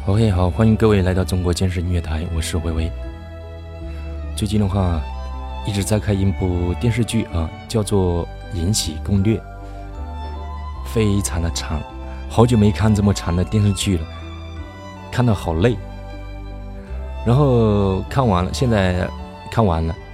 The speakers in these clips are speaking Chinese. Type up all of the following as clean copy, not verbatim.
OK， 好，欢迎各位来到中国健身音乐台，我是维维。最近的话，一直在看一部电视剧啊，叫做《延禧攻略》，非常的长，好久没看这么长的电视剧了，看得好累。然后看完了，现在看完了，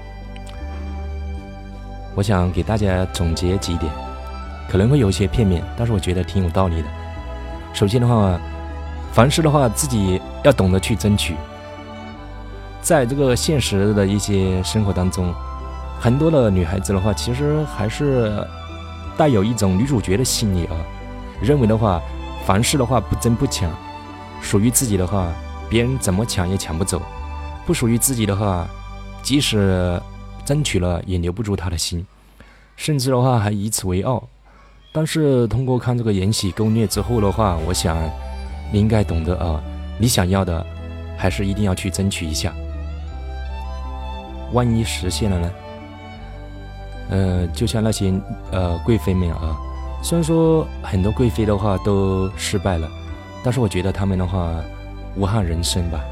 我想给大家总结几点，可能会有一些片面，但是我觉得挺有道理的。首先的话，凡事的话自己要懂得去争取。在这个现实的一些生活当中，很多的女孩子的话其实还是带有一种女主角的心理啊，认为的话凡事的话不争不抢，属于自己的话别人怎么抢也抢不走，不属于自己的话即使争取了也留不住她的心，甚至的话还以此为傲。但是通过看这个《延禧攻略》之后的话，我想你应该懂得啊，你想要的还是一定要去争取一下，万一实现了呢？就像那些贵妃们啊，虽然说很多贵妃的话都失败了，但是我觉得他们的话无憾人生吧。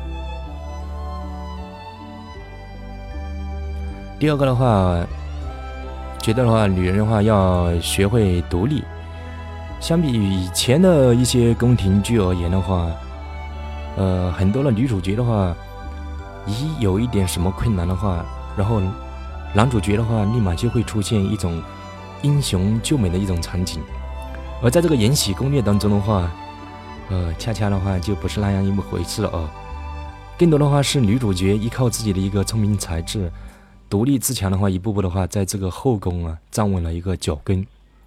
第二个的话，觉得的话，女人的话要学会独立。相比于以前的一些宫廷剧而言的话，很多的女主角的话，一有一点什么困难的话，然后男主角的话立马就会出现一种英雄救美的一种场景。而在这个《延禧攻略》当中的话，恰恰的话就不是那样一回事了啊。更多的话是女主角依靠自己的一个聪明才智，独立自强的话，一步步的话在这个后宫啊站稳了一个脚跟。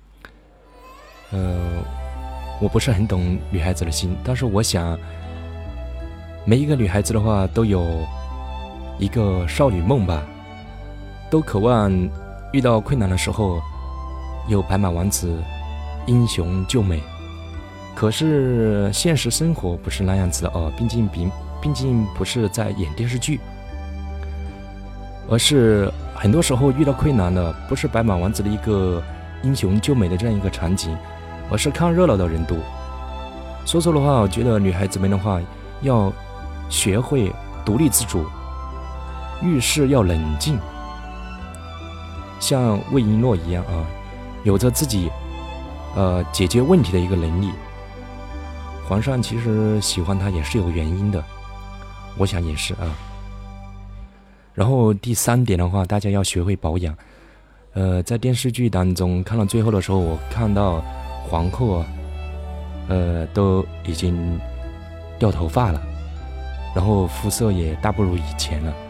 我不是很懂女孩子的心，但是我想每一个女孩子的话都有一个少女梦吧，都渴望遇到困难的时候有白马王子英雄救美。可是现实生活不是那样子的哦，毕竟不是在演电视剧，而是很多时候遇到困难的不是白马王子的一个英雄救美的这样一个场景，而是看热闹的人多。所以说的话，我觉得女孩子们的话要学会独立自主，遇事要冷静，像魏璎珞一样啊，有着自己解决问题的一个能力。皇上其实喜欢她也是有原因的，我想也是啊。然后第三点的话，大家要学会保养。在电视剧当中看到最后的时候，我看到皇后啊，都已经掉头发了，然后肤色也大不如以前了。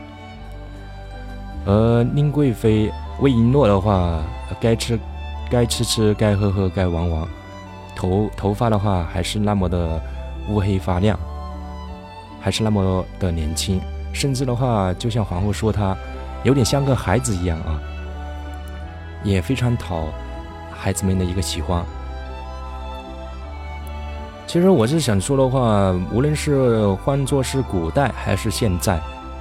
而宁贵妃魏璎珞的话，该吃吃，该喝喝，该玩玩，头发的话还是那么的乌黑发亮，还是那么的年轻，甚至的话就像皇后说她有点像个孩子一样啊，也非常讨孩子们的一个喜欢。其实我是想说的话，无论是换作是古代还是现在，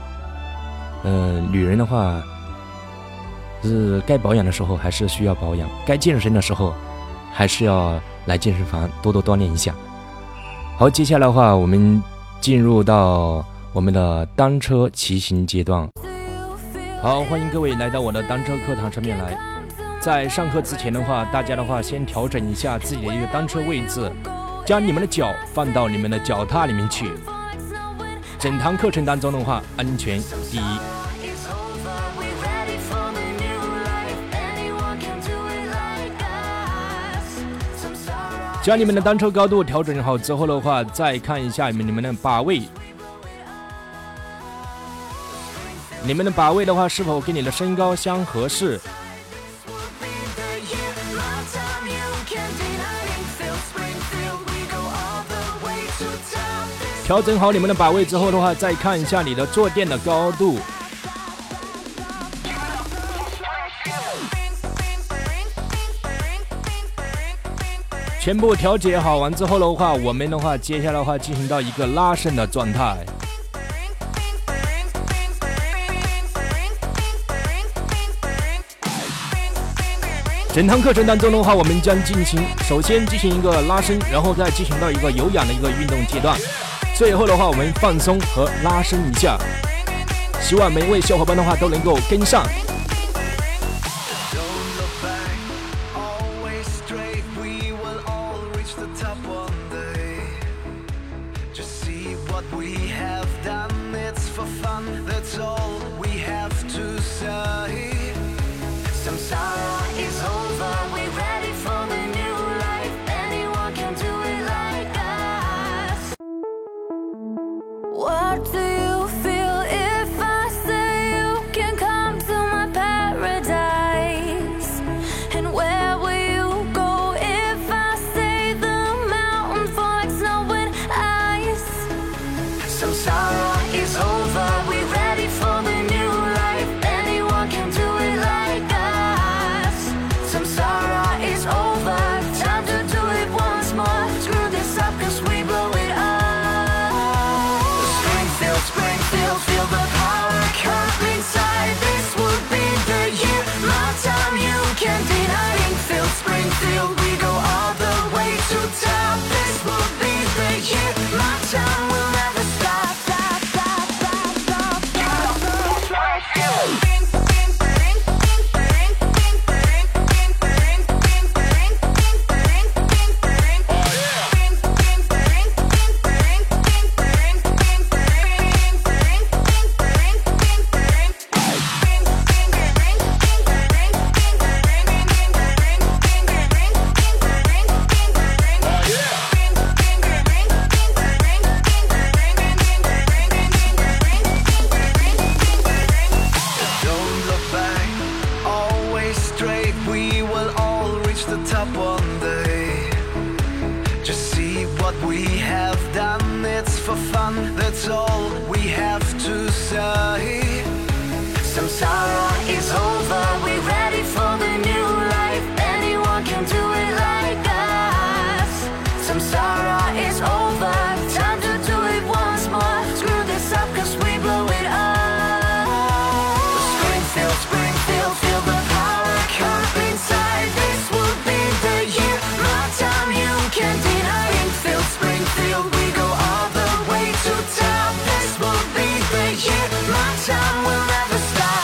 女人的话是该保养的时候还是需要保养，该健身的时候还是要来健身房多多锻炼一下。好，接下来的话我们进入到我们的单车骑行阶段。好，欢迎各位来到我的单车课堂上面来。在上课之前的话，大家的话先调整一下自己的一个单车位置，将你们的脚放到你们的脚踏里面去。整堂课程当中的话，安全第一。将你们的单车高度调整好之后的话，再看一下你们的把位。你们的把位的话，是否跟你的身高相合适？调整好你们的把位之后的话，再看一下你的坐垫的高度。全部调节好完之后的话，我们的话接下来的话进行到一个拉伸的状态。整堂课程当中的话，我们将首先进行一个拉伸，然后再进行到一个有氧的一个运动阶段。 最后的话，我们放松和拉伸一下，希望每一位小伙伴的话都能够跟上。 What do you feel if I say you can come to my paradise? And where will you go if I say the mountains fall like snow and ice? Samsara is over, we ready for the new life. Anyone can do it like us. Samsara is over, time to do it once more. Screw this up cause we blow it up. Springfield, feel the power come inside. This would be the year, my time you can't deny. Springfield, we go all the way to top. This would be the year, my time will never stop. That's all we have to say. Samsara is over, we ready for the new life. Anyone can do it like us. Samsara is over, time to do it once more. Screw this up cause we blow it up. Springfield, feel the power come inside. This would be the year, my time you can't deny. Springfield, we go all the way to top. This will be the year, my time will never stop.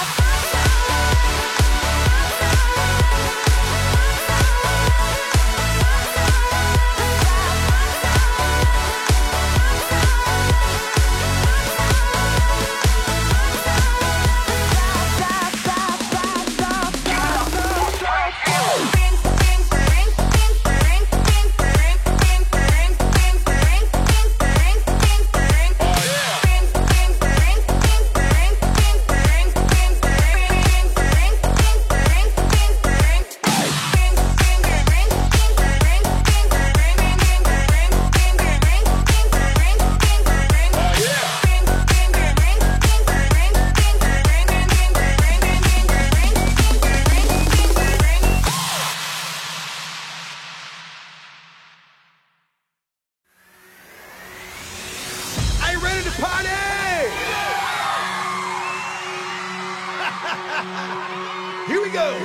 Here we go.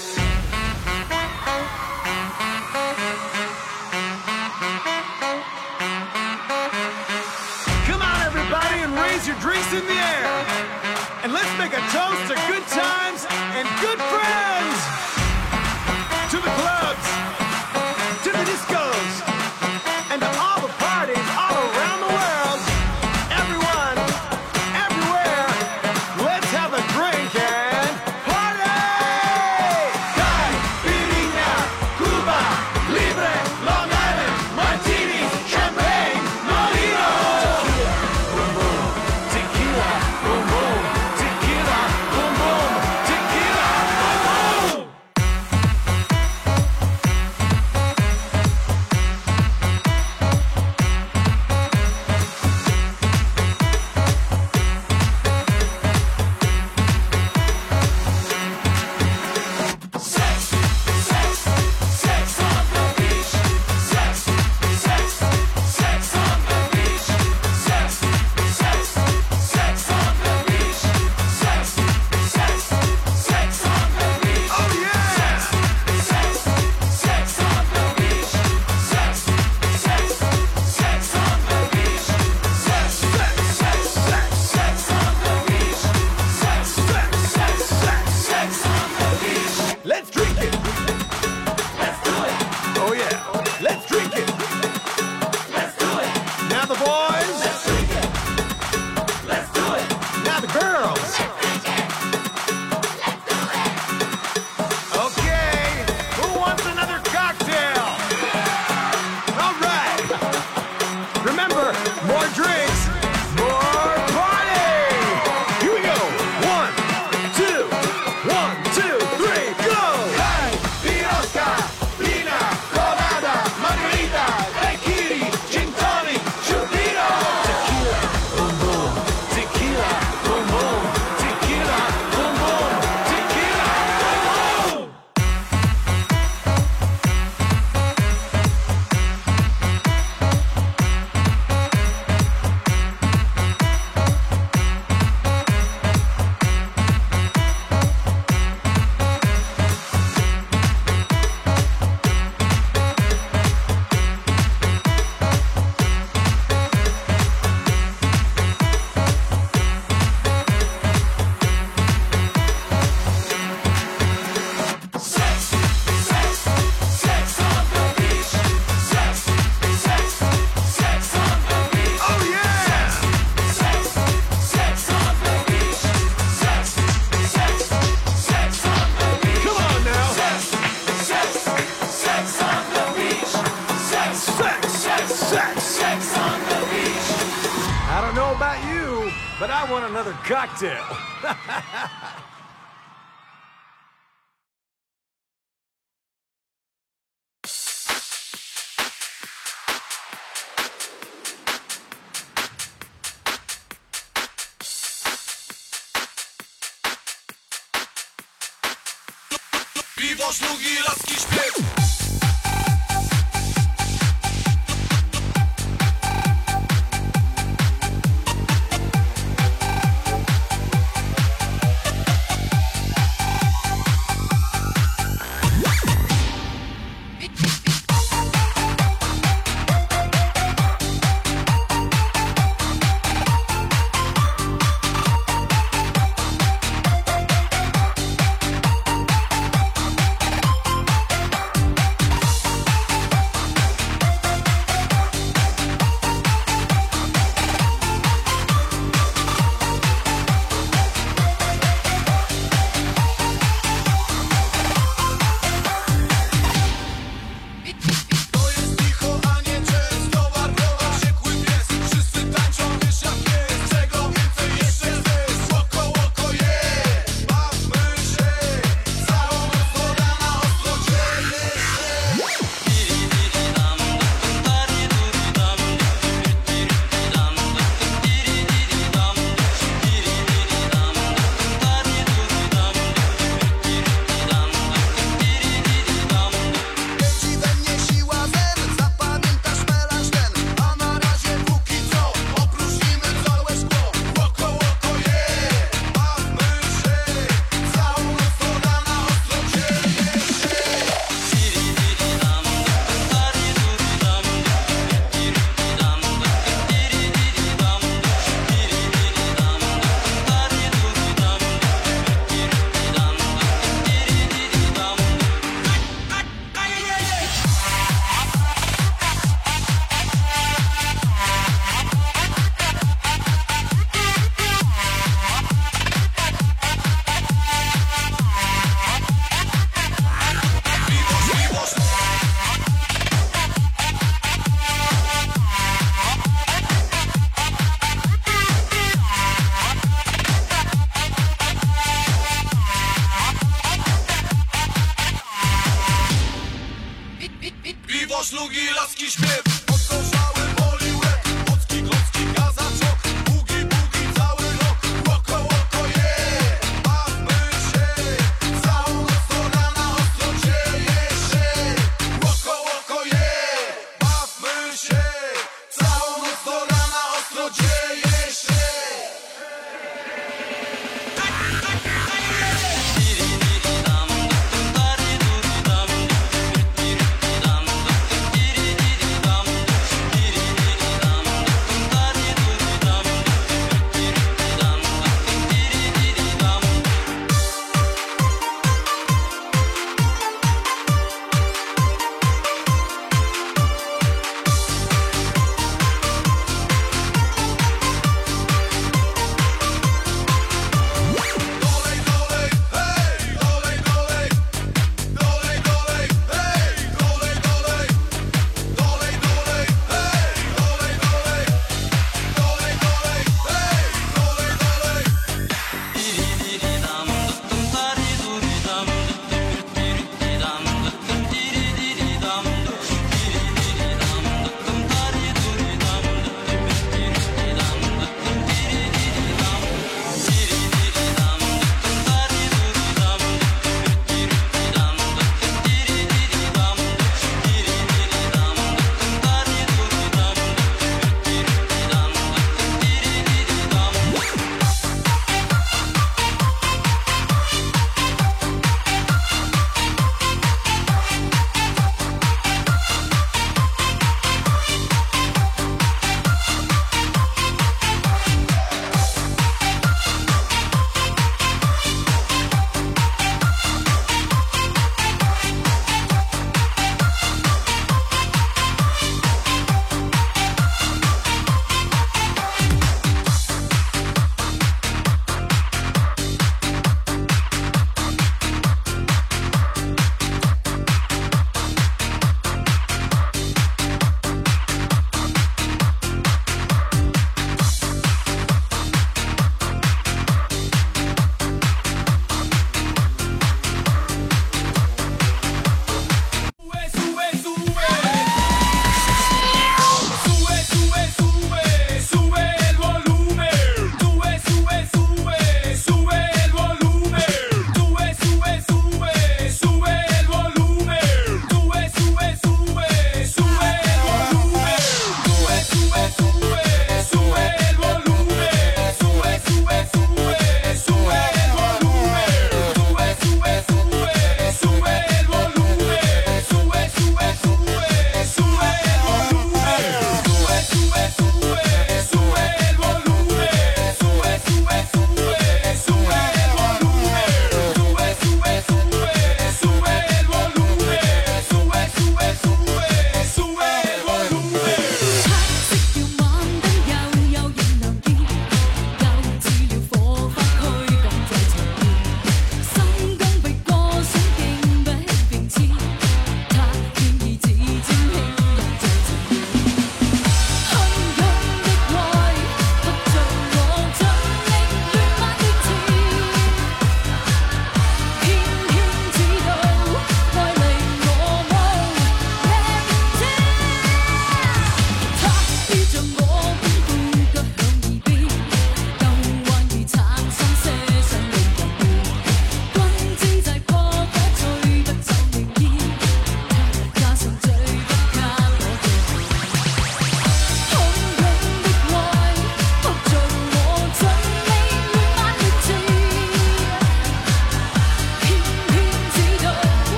Come on, everybody, and raise your drinks in the air. And let's make a toast to good times and good friends. To the clubs, to the discos, and to all the parties all around the world. Everyone, everywhere, let's have a drink and party! Caipirinha, Cuba, Libre, Long Island, Martinis, Champagne, Mojito. Tequila, boom boom, tequila, boom boom, but I want another cocktail. Piwo, szlugi, laski, śpiew.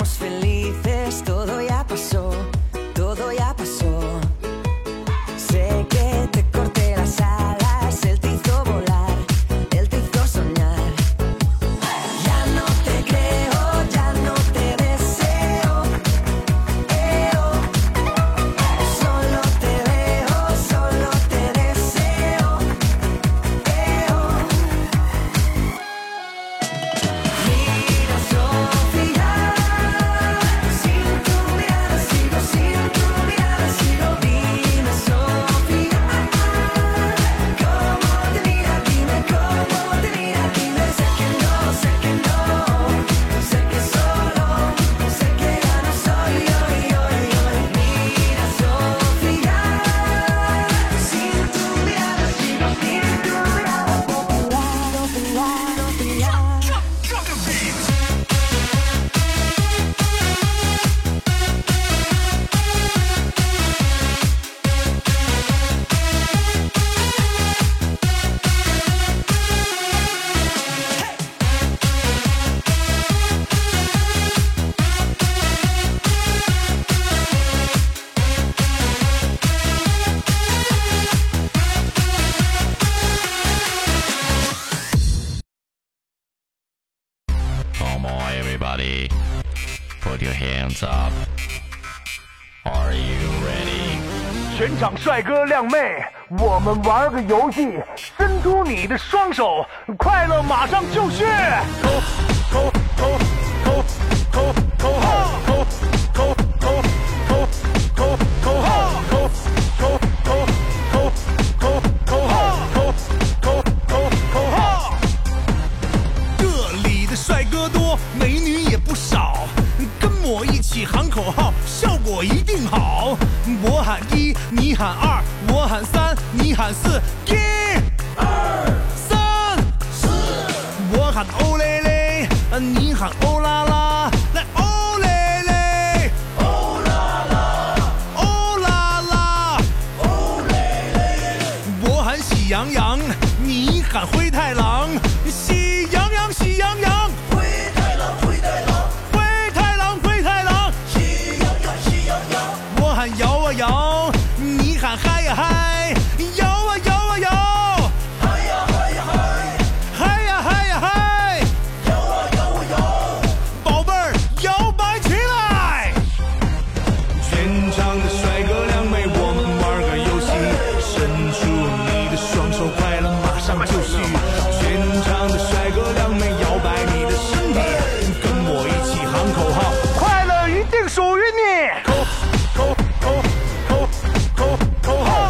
éramos felices, todo ya pasó, todo ya pasó. Sé que te corté las alas, él te hizo volar, él te hizo soñar. Ya no te creo, ya no te deseo. Solo te veo, solo te deseo. Mira, Sofía, sin tu mirada sigo, sin tu mirada sigo. Dime, Sofía, cómo te mira, dime cómo te mira, dime. Sé que no, sé que no, sé que solo, sé que ya no soy yo. Mira, Sofía, sin tu mirada sigo, sin tu mirada. Sofía. Come on, everybody, put your hands up. Are you ready? 全场帅哥靓妹，我们玩个游戏，伸出你的双手，快乐马上就绪。这里的帅哥多，美女也不少，跟我一起喊口号，效果一定好。我喊一，你喊二，我喊三，你喊四，一、二、三、四。我喊欧嘞嘞，你喊欧啦啦，来欧嘞嘞，欧啦啦，欧啦啦，欧嘞嘞。我喊喜羊羊，你喊灰太狼，喜羊羊，喜羊羊。灰太狼，灰太狼，灰太狼，灰太狼，喜羊羊，喜羊羊。我喊摇啊摇，你喊嗨呀嗨，摇啊摇啊摇，嗨呀嗨呀嗨，嗨呀嗨呀嗨，摇啊摇啊摇，宝贝儿摇摆起来。全场的帅哥靓妹，我们玩个游戏，伸出你的双手，快乐马上就绪。全场的帅哥靓妹，摇摆你的身体，跟我一起喊口号，快乐一定属于你。口号，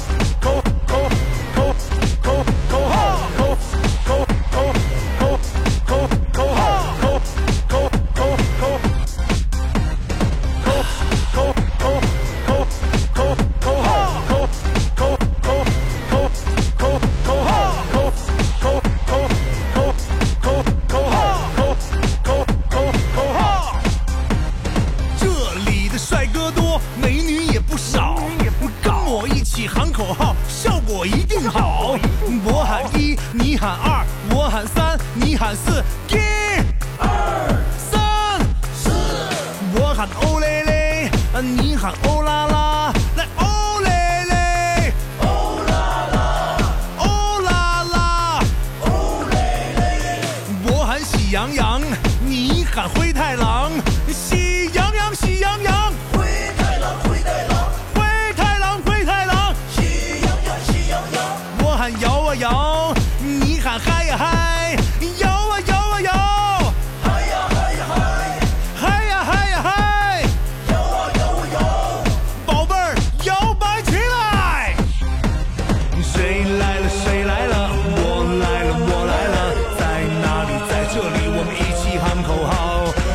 这里的帅哥多，美女也不少，跟我一起喊口号，效果一定好。我喊一，你喊二，我喊三，你喊四，一、二、三、四。我喊欧嘞嘞，你喊欧啦啦，来欧嘞嘞，欧啦啦，欧啦啦，欧嘞嘞。我喊喜羊羊，你喊灰太狼，喜羊羊，喜羊羊，灰太狼，灰太狼，灰太狼，灰太狼，喜羊羊，喜羊羊。我喊摇啊摇，你喊嗨呀嗨，摇啊摇啊摇，嗨呀嗨呀嗨，嗨呀嗨呀嗨，摇啊摇啊摇，宝贝儿摇摆起来。谁来了？谁来了？我来了，我来了，在哪里？在这里，我们一起喊口号。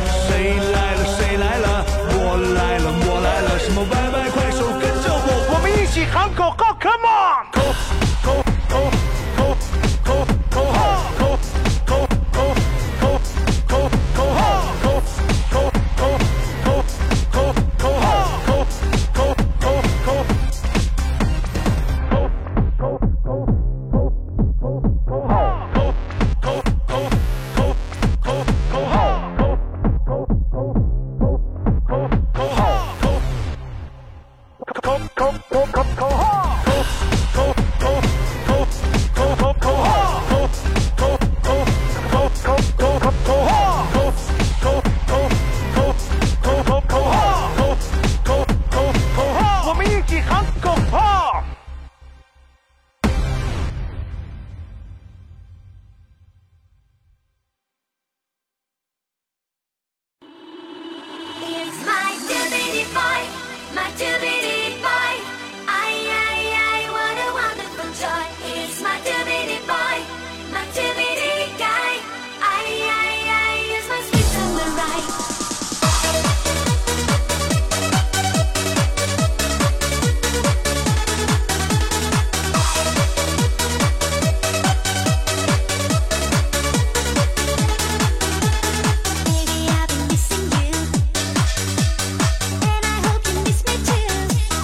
my doobity boy. I, what a wonderful joy. It's my doobity boy, my doobity guy. I, is my sweet summer ride. Baby, I've been missing you, and I hope you miss me too.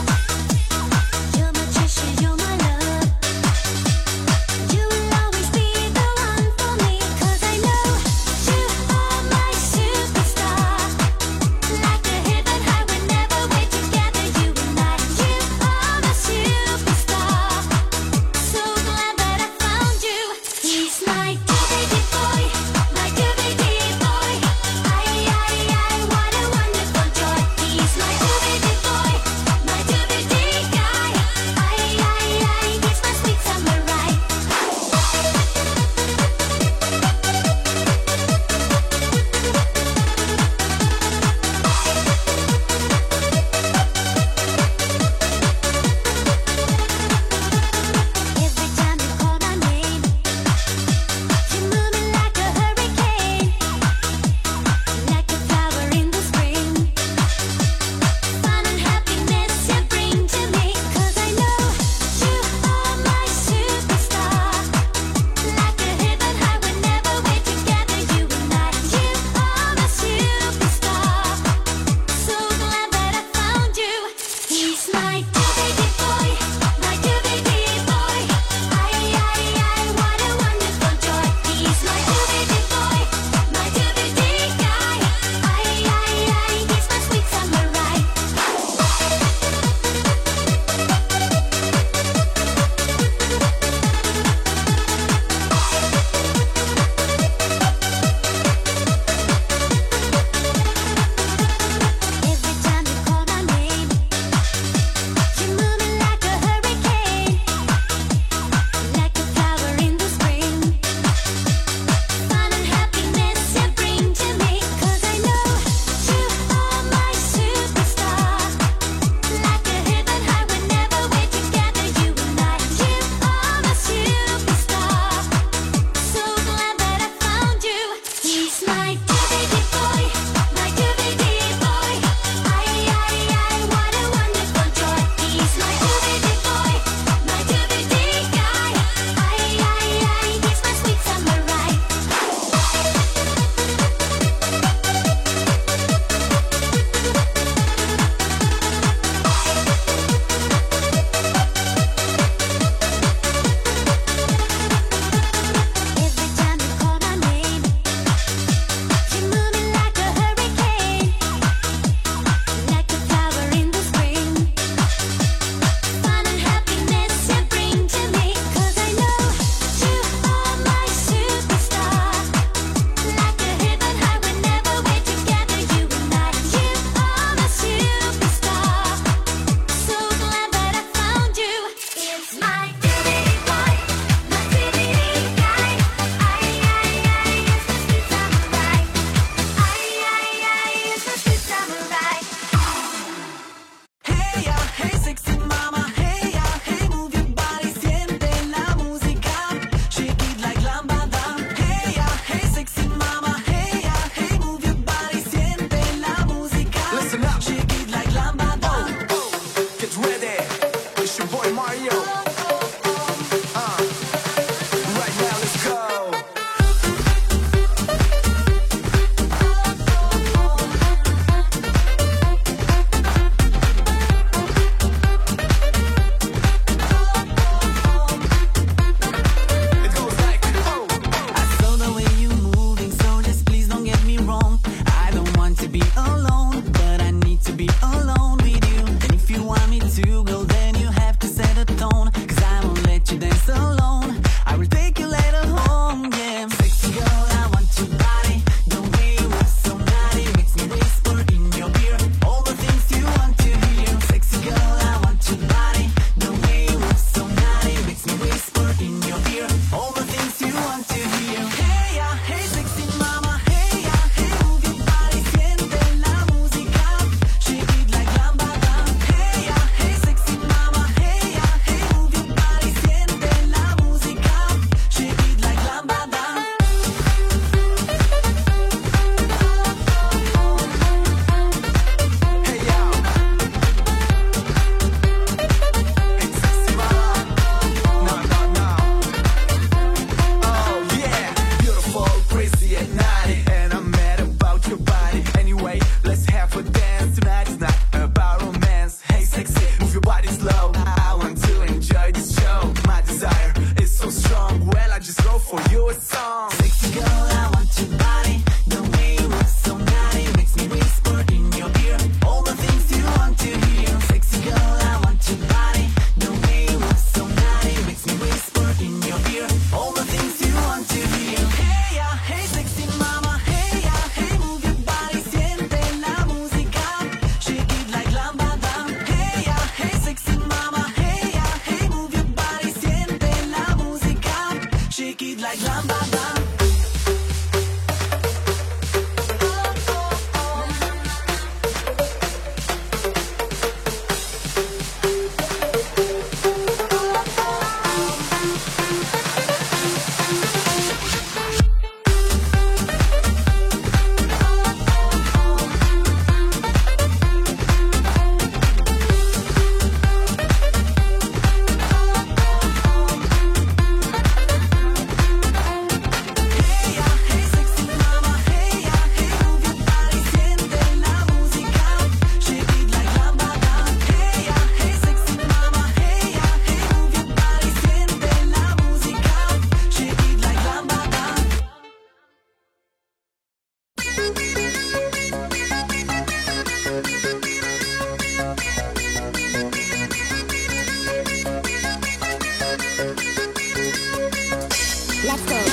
Let's go.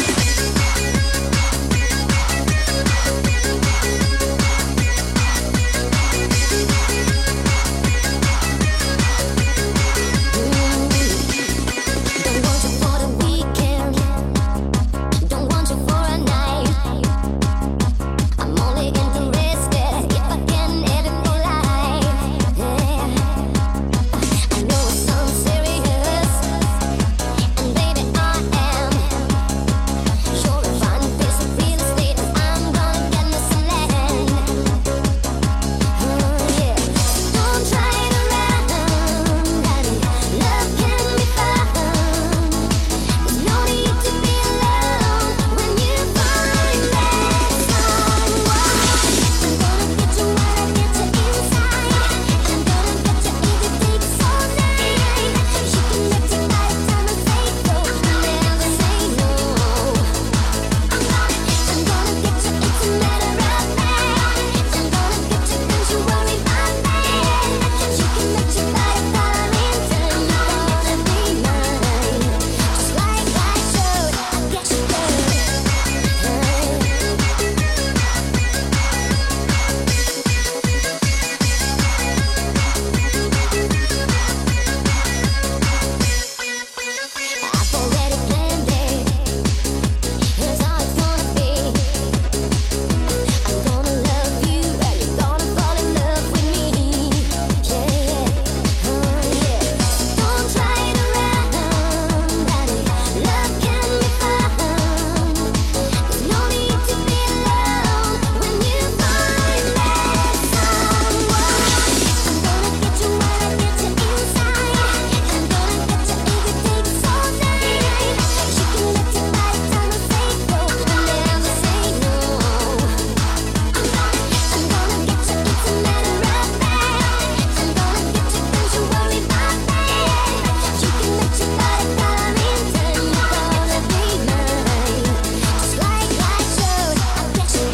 Don't want you for the weekend. Don't want you for a night. I'm only interested if I can have it for life. Yeah. I know it sounds serious, and baby I am. Sure if I this real estate, I'm gonna get me some land. Yeah. Don't try to run, honey. Love can be found. There's no need to be alone when you find that someone. I'm gonna get you while I get you inside. I'm gonna get you if it takes all night. She can let you by the time I say go. Never say no. I'm gonna get you, it's a matter of fact. I'm gonna get you, don't you worry about that. She can let you by the time in turn. You're gonna be mine. Just like I showed, I get you good. I've already planned it. Here's how it's gonna be. I'm gonna love you, and you're gonna fall in love with me. Yeah, yeah, yeah. Don't try to run, honey. Love can be found. There's no need to be alone when you find that someone. I'm gonna get you while I get you inside. I'm gonna get you if it takes all night. She can let you by the time I say go. Never say no. I'm gonna get you, it's a matter of fact. I'm gonna get you, don't you worry about that. She can let you by the time in turn. You're gonna be mine. Just like I showed, I get you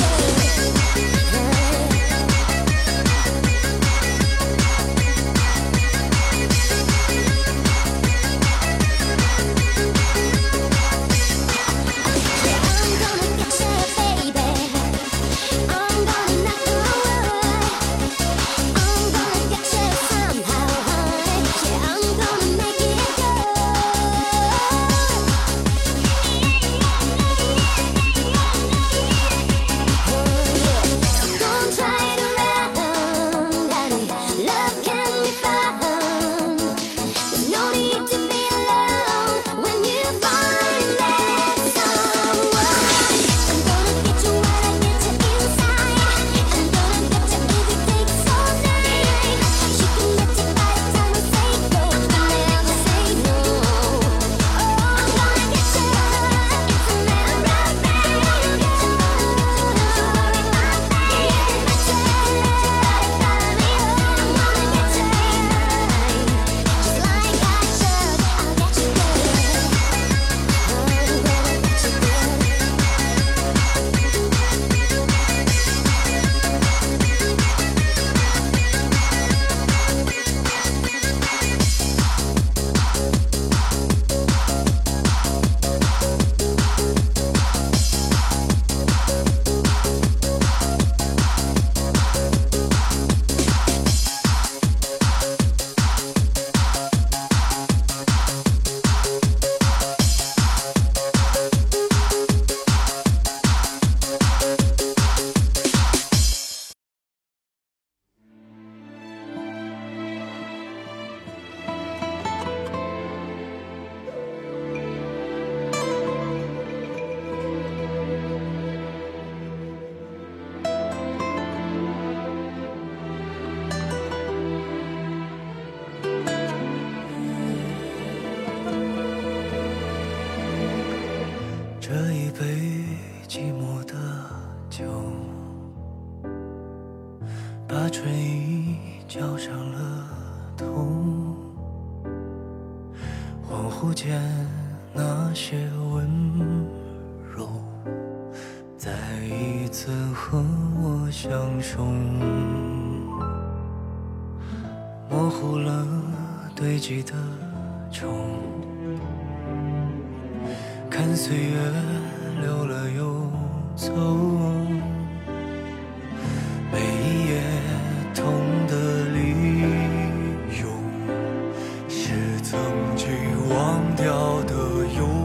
Yeah, I'm gonna get you, baby. I'm gonna knock on wood. I'm gonna get you somehow, honey. Yeah, I'm gonna make it good. Don't try to run, honey. Love can be found. There's no need to be alone when you find that someone. I'm gonna get you while I get you inside. I'm gonna get you if it takes all night. She can let you by the time I say go. Never say no. I'm gonna get you, it's a matter of fact. I'm gonna get you, don't you worry about that. Just like I showed, I'll get you good. 这一杯寂寞的酒，把春意浇上了头。恍惚间，那些温柔，再一次和我相守。 糊了堆积的虫，看岁月流了又走，每一页痛的利用，是曾经忘掉的忧。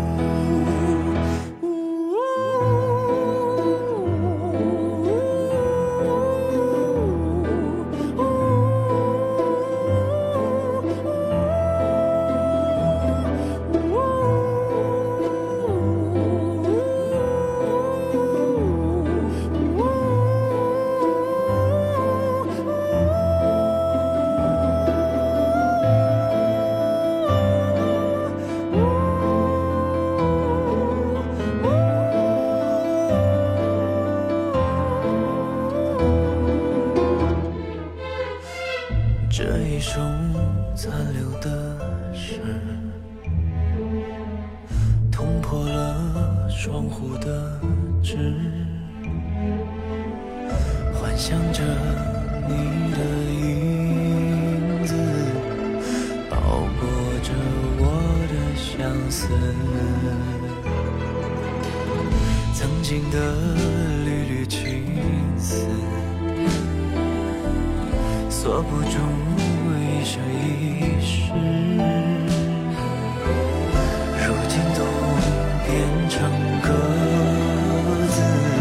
这一生残留的事，捅破了窗户的纸，幻想着你的影子，包裹着我的相思。曾经的缕缕情丝，锁不住一生一世，如今都变成鸽子。